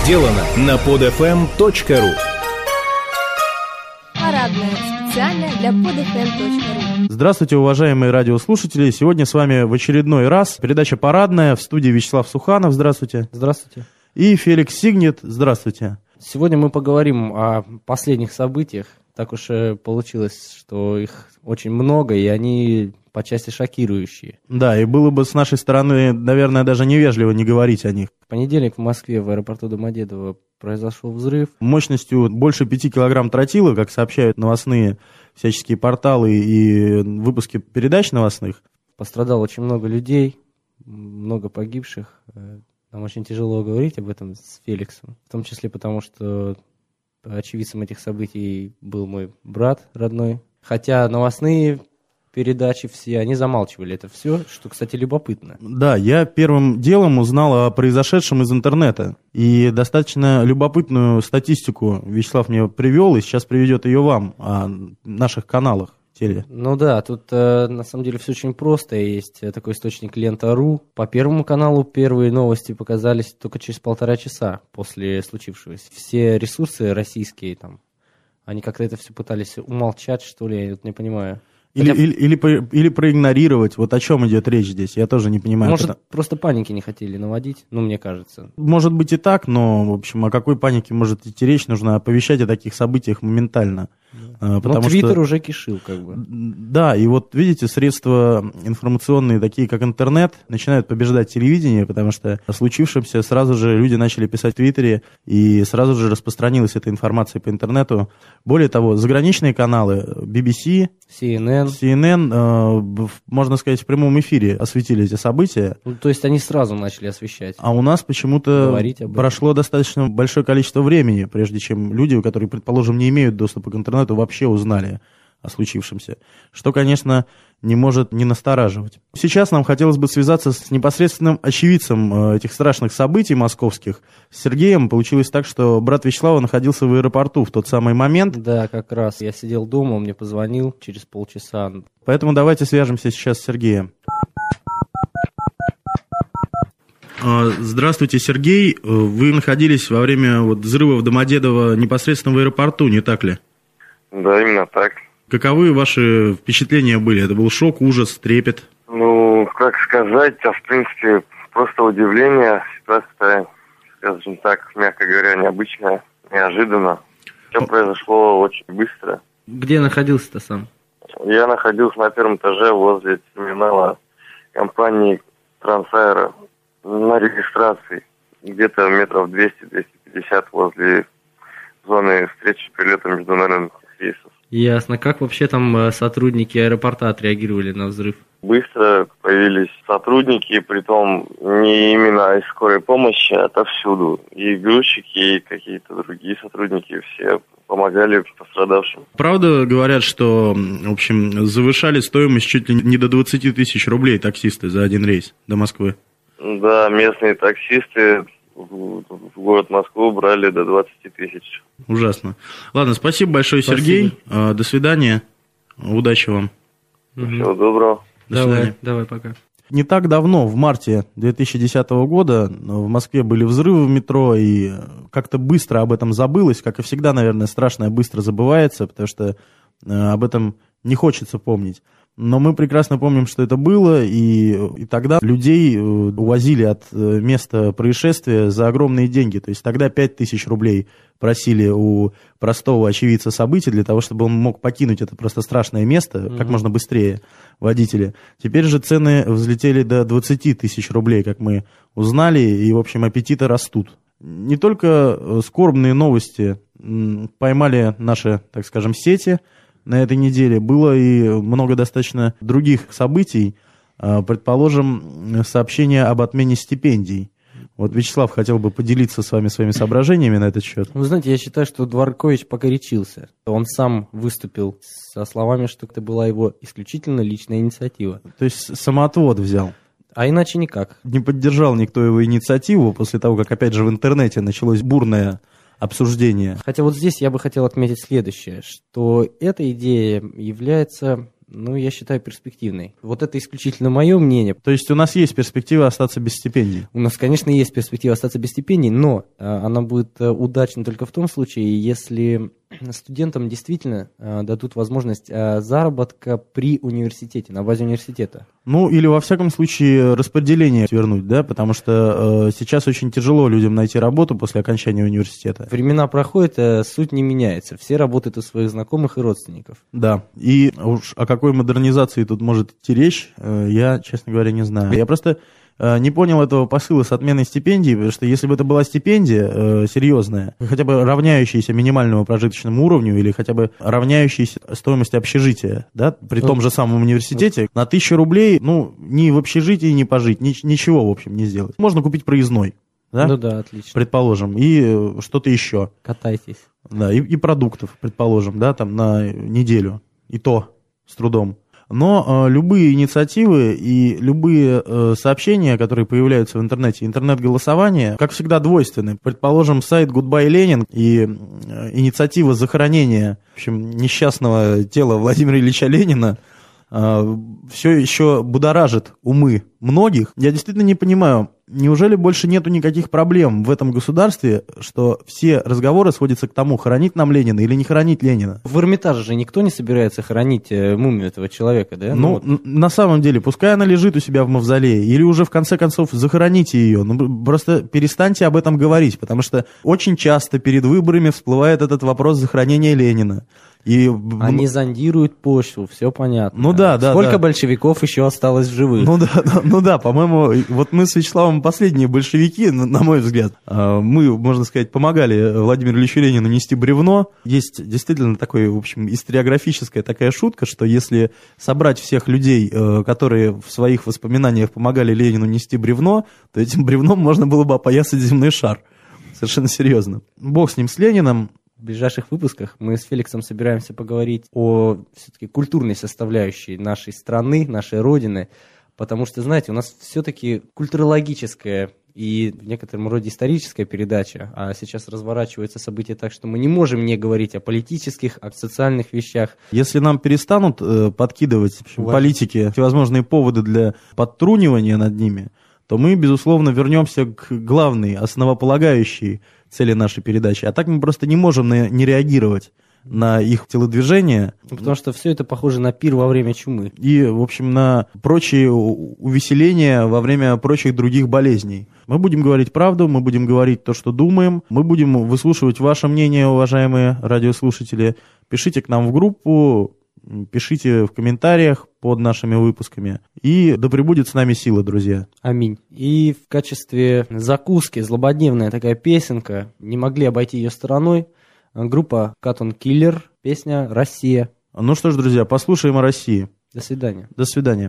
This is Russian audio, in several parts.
сделано на podfm.ru. Парадная. Специально для podfm.ru. Здравствуйте, уважаемые радиослушатели. Сегодня с вами в очередной раз передача «Парадная». В студии Вячеслав Суханов. Здравствуйте. Здравствуйте. И Феликс Сигнет. Здравствуйте. Сегодня мы поговорим о последних событиях. Так уж получилось, что их очень много, и они по части шокирующие. Да, и было бы с нашей стороны, наверное, даже невежливо не говорить о них. В понедельник в Москве в аэропорту Домодедово произошел взрыв. Мощностью больше 5 килограмм тротила, как сообщают новостные всяческие порталы и выпуски передач новостных. Пострадало очень много людей, много погибших. Нам очень тяжело говорить об этом с Феликсом, в том числе потому, что очевидцем этих событий был мой брат родной. Хотя новостные передачи все, они замалчивали это все, что, кстати, любопытно. Да, я первым делом узнал о произошедшем из интернета. И достаточно любопытную статистику Вячеслав мне привел, и сейчас приведет ее вам о наших каналах. Ну да, тут на самом деле все очень просто. Есть такой источник Лента.ру. По Первому каналу первые новости показались только через 1,5 часа после случившегося. Все ресурсы российские там, они как-то это все пытались умолчать, что ли, я вот не понимаю. Или проигнорировать. Вот о чем идет речь здесь, я тоже не понимаю. Может, просто паники не хотели наводить, мне кажется. Может быть и так, но, в общем, о какой панике может идти речь? Нужно оповещать о таких событиях моментально. Но Твиттер уже кишил, как бы. Да, и вот видите, средства информационные, такие как интернет, начинают побеждать телевидение, потому что о случившемся сразу же люди начали писать в Твиттере, и сразу же распространилась эта информация по интернету. Более того, заграничные каналы, BBC, CNN, можно сказать, в прямом эфире осветили эти события. То есть они сразу начали освещать. А у нас почему-то прошло достаточно большое количество времени, прежде чем люди, которые, предположим, не имеют доступа к интернету, вообще узнали о случившемся. Что, конечно, не может не настораживать. Сейчас нам хотелось бы связаться с непосредственным очевидцем этих страшных событий московских, с Сергеем. Получилось так, что брат Вячеслава находился в аэропорту в тот самый момент. Да, как раз. Я сидел дома, он мне позвонил через полчаса. Поэтому давайте свяжемся сейчас с Сергеем. Здравствуйте, Сергей. Вы находились во время взрыва в Домодедово непосредственно в аэропорту, не так ли? Да, именно так. Каковы ваши впечатления были? Это был шок, ужас, трепет? Как сказать, в принципе, просто удивление. Ситуация, скажем так, мягко говоря, необычная, неожиданно. Все произошло очень быстро. Где находился-то сам? Я находился на первом этаже возле терминала компании Трансаэро на регистрации. Где-то метров 200-250 возле зоны встречи прилета международных рейсов. Ясно. Как вообще там сотрудники аэропорта отреагировали на взрыв? Быстро появились сотрудники, притом не именно из скорой помощи, а отовсюду. И грузчики, и какие-то другие сотрудники, все помогали пострадавшим. Правда говорят, что, в общем, завышали стоимость чуть ли не до 20 тысяч рублей таксисты за один рейс до Москвы? Да, местные таксисты в город Москву брали до 20 тысяч. Ужасно. Ладно, спасибо большое, Сергей. До свидания. Удачи вам. Всего доброго. До свидания. Давай, пока. Не так давно, в марте 2010 года, в Москве были взрывы в метро, и как-то быстро об этом забылось, как и всегда, наверное, страшное быстро забывается, потому что об этом не хочется помнить. Но мы прекрасно помним, что это было, и тогда людей увозили от места происшествия за огромные деньги. То есть тогда 5000 рублей просили у простого очевидца событий для того, чтобы он мог покинуть это просто страшное место как можно быстрее, водители. Теперь же цены взлетели до 20 тысяч рублей, как мы узнали, и, в общем, аппетиты растут. Не только скорбные новости поймали наши, так скажем, сети на этой неделе, было и много достаточно других событий, предположим, сообщение об отмене стипендий. Вот Вячеслав хотел бы поделиться с вами своими соображениями на этот счет. Вы знаете, я считаю, что Дворкович погорячился. Он сам выступил со словами, что это была его исключительно личная инициатива. То есть самоотвод взял. А иначе никак. Не поддержал никто его инициативу после того, как опять же в интернете началось бурное обсуждение. Хотя вот здесь я бы хотел отметить следующее, что эта идея является Ну, я считаю, перспективной. Вот это исключительно мое мнение. То есть у нас есть перспектива остаться без стипендий? У нас, конечно, есть перспектива остаться без стипендий, но она будет удачна только в том случае, если студентам действительно дадут возможность заработка при университете, на базе университета. Ну, или во всяком случае распределение вернуть, да, потому что сейчас очень тяжело людям найти работу после окончания университета. Времена проходят, суть не меняется. Все работают у своих знакомых и родственников. Да, и уж о какой модернизации тут может идти речь, я, честно говоря, не знаю. Я просто не понял этого посыла с отменой стипендий, потому что если бы это была стипендия серьезная, хотя бы равняющаяся минимальному прожиточному уровню или хотя бы равняющаяся стоимости общежития, да, при том же самом университете, на 1000 рублей, ну, ни в общежитии не пожить, ничего, в общем, не сделать. Можно купить проездной, да? Ну да, отлично. Предположим, и что-то еще. Катайтесь. Да, и продуктов, предположим, да, там на неделю, и то с трудом. Но любые инициативы и любые сообщения, которые появляются в интернете, интернет-голосование, как всегда, двойственны. Предположим, сайт Goodbye Lenin и инициатива захоронения, в общем, несчастного тела Владимира Ильича Ленина все еще будоражит умы многих. Я действительно не понимаю, неужели больше нету никаких проблем в этом государстве, что все разговоры сводятся к тому, хоронить нам Ленина или не хоронить Ленина? В Эрмитаже же никто не собирается хоронить мумию этого человека, да? Ну, на самом деле, пускай она лежит у себя в мавзолее, или уже в конце концов захороните ее. Ну, просто перестаньте об этом говорить, потому что очень часто перед выборами всплывает этот вопрос захоронения Ленина. И... Они зондируют почву, все понятно. Ну да, да. Сколько да. большевиков еще осталось в живых? Ну да, по-моему, вот мы с Вячеславом последние большевики, на мой взгляд. Мы, можно сказать, помогали Владимиру Ильичу Ленину нести бревно. Есть действительно такой, в общем, историографическая такая шутка, что если собрать всех людей, которые в своих воспоминаниях помогали Ленину нести бревно, то этим бревном можно было бы опоясать земной шар. Совершенно серьезно. Бог с ним, с Лениным. В ближайших выпусках мы с Феликсом собираемся поговорить о все-таки культурной составляющей нашей страны, нашей Родины, потому что, знаете, у нас все-таки культурологическая и в некотором роде историческая передача, а сейчас разворачиваются события так, что мы не можем не говорить о политических, о социальных вещах. Если нам перестанут подкидывать в общем, политики всевозможные поводы для подтрунивания над ними, то мы, безусловно, вернемся к главной, основополагающей цели нашей передачи. А так мы просто не можем не реагировать на их телодвижения. Потому что все это похоже на пир во время чумы. И, в общем, на прочие увеселения во время прочих других болезней. Мы будем говорить правду, мы будем говорить то, что думаем, мы будем выслушивать ваше мнение, уважаемые радиослушатели. Пишите к нам в группу, пишите в комментариях под нашими выпусками. И да пребудет с нами сила, друзья. Аминь. И в качестве закуски злободневная такая песенка, не могли обойти ее стороной, группа Cotton Killer, песня «Россия». Ну что ж, друзья, послушаем о России. До свидания. До свидания.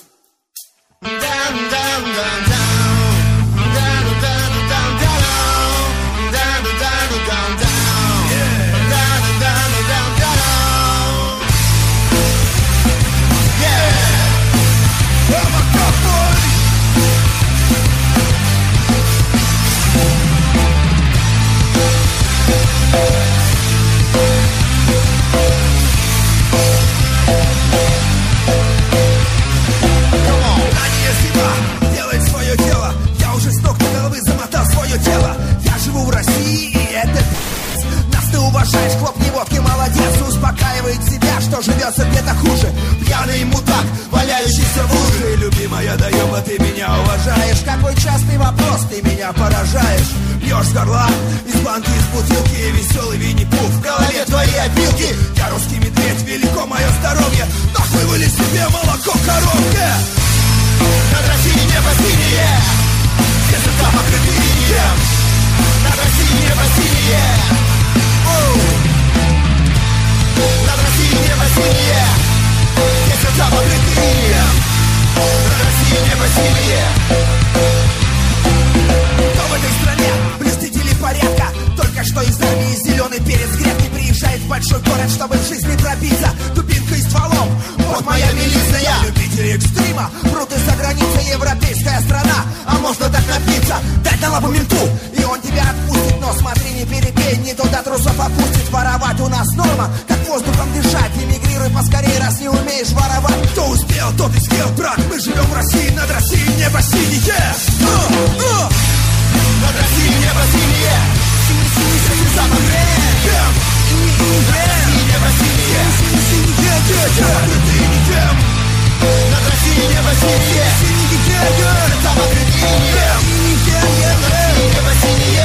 Уважаешь, хлопни водки, молодец, успокаивает себя, что живется где-то хуже. Пьяный мудак, валяющийся в луже. Любимая даёба, ты меня уважаешь. Какой частый вопрос, ты меня поражаешь. Пьешь с горла, из банки, из бутылки. Веселый Винни-Пух, в голове твои опилки. Я русский медведь, велико мое здоровье. Нахуй выли себе молоко в коробке. Над Россией небо синее, все сердца покрыты инеем. Над Россией небо синее. Над Россией небо синее, все сердца покрыты инеем. Над Россией небо синее. Кто в этой стране блюстители порядка? Только что из армии зеленый перец грядки приезжает в большой город, чтобы в жизни пробиться дубинкой и стволом. Вот моя милиция. Любители экстрима прут из-за границы, европейская страна. А можно так напиться, дать на лапу менту, и он тебя отпустит, но Но смотри, не перепей, не туда трусов опустит. Воровать у нас норма, как воздухом дышать. Эмигрируй поскорее, раз не умеешь воровать. Кто успел, тот и съел, брат. Мы живем в России, над Россией небо синее. Над Россией небо синее. Синий запах реком. Над Россией небо синее. Закрытый никем. Над Россией небо синее. Запах реком. Над Россией небо синее.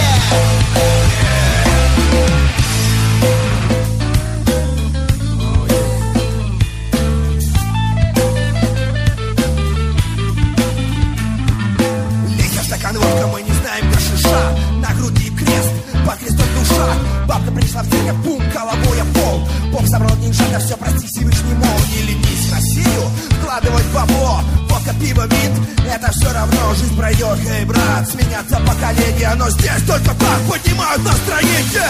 Водка, мы не знаем гашиша. На груди крест, под крестом душа. Бабка пришла в церковь, бум, головой о пол. Поп собрал деньжа, да все, прости Всевышний, мол. Не ленись в Россию, вкладывать бабло. Водка, пиво, вин, это все равно жизнь пройдет. Эй, брат, сменятся поколения, но здесь только так поднимают настроение.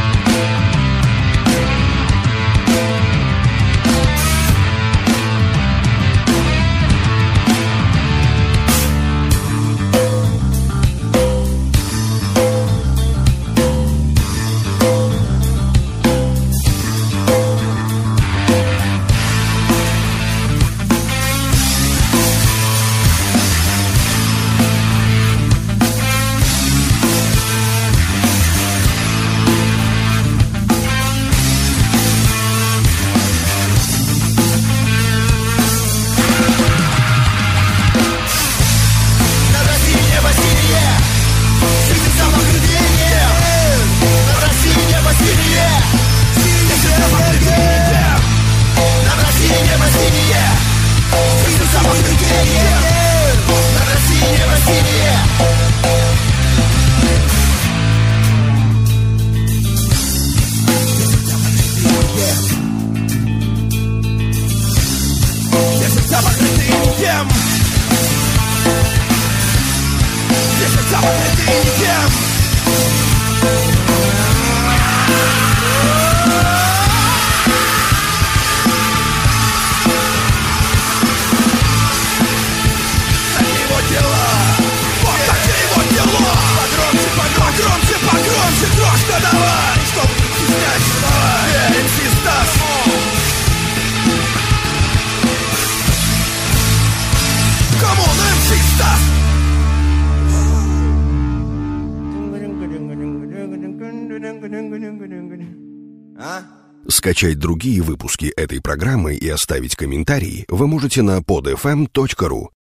Скачать другие выпуски этой программы и оставить комментарии вы можете на podfm.ru.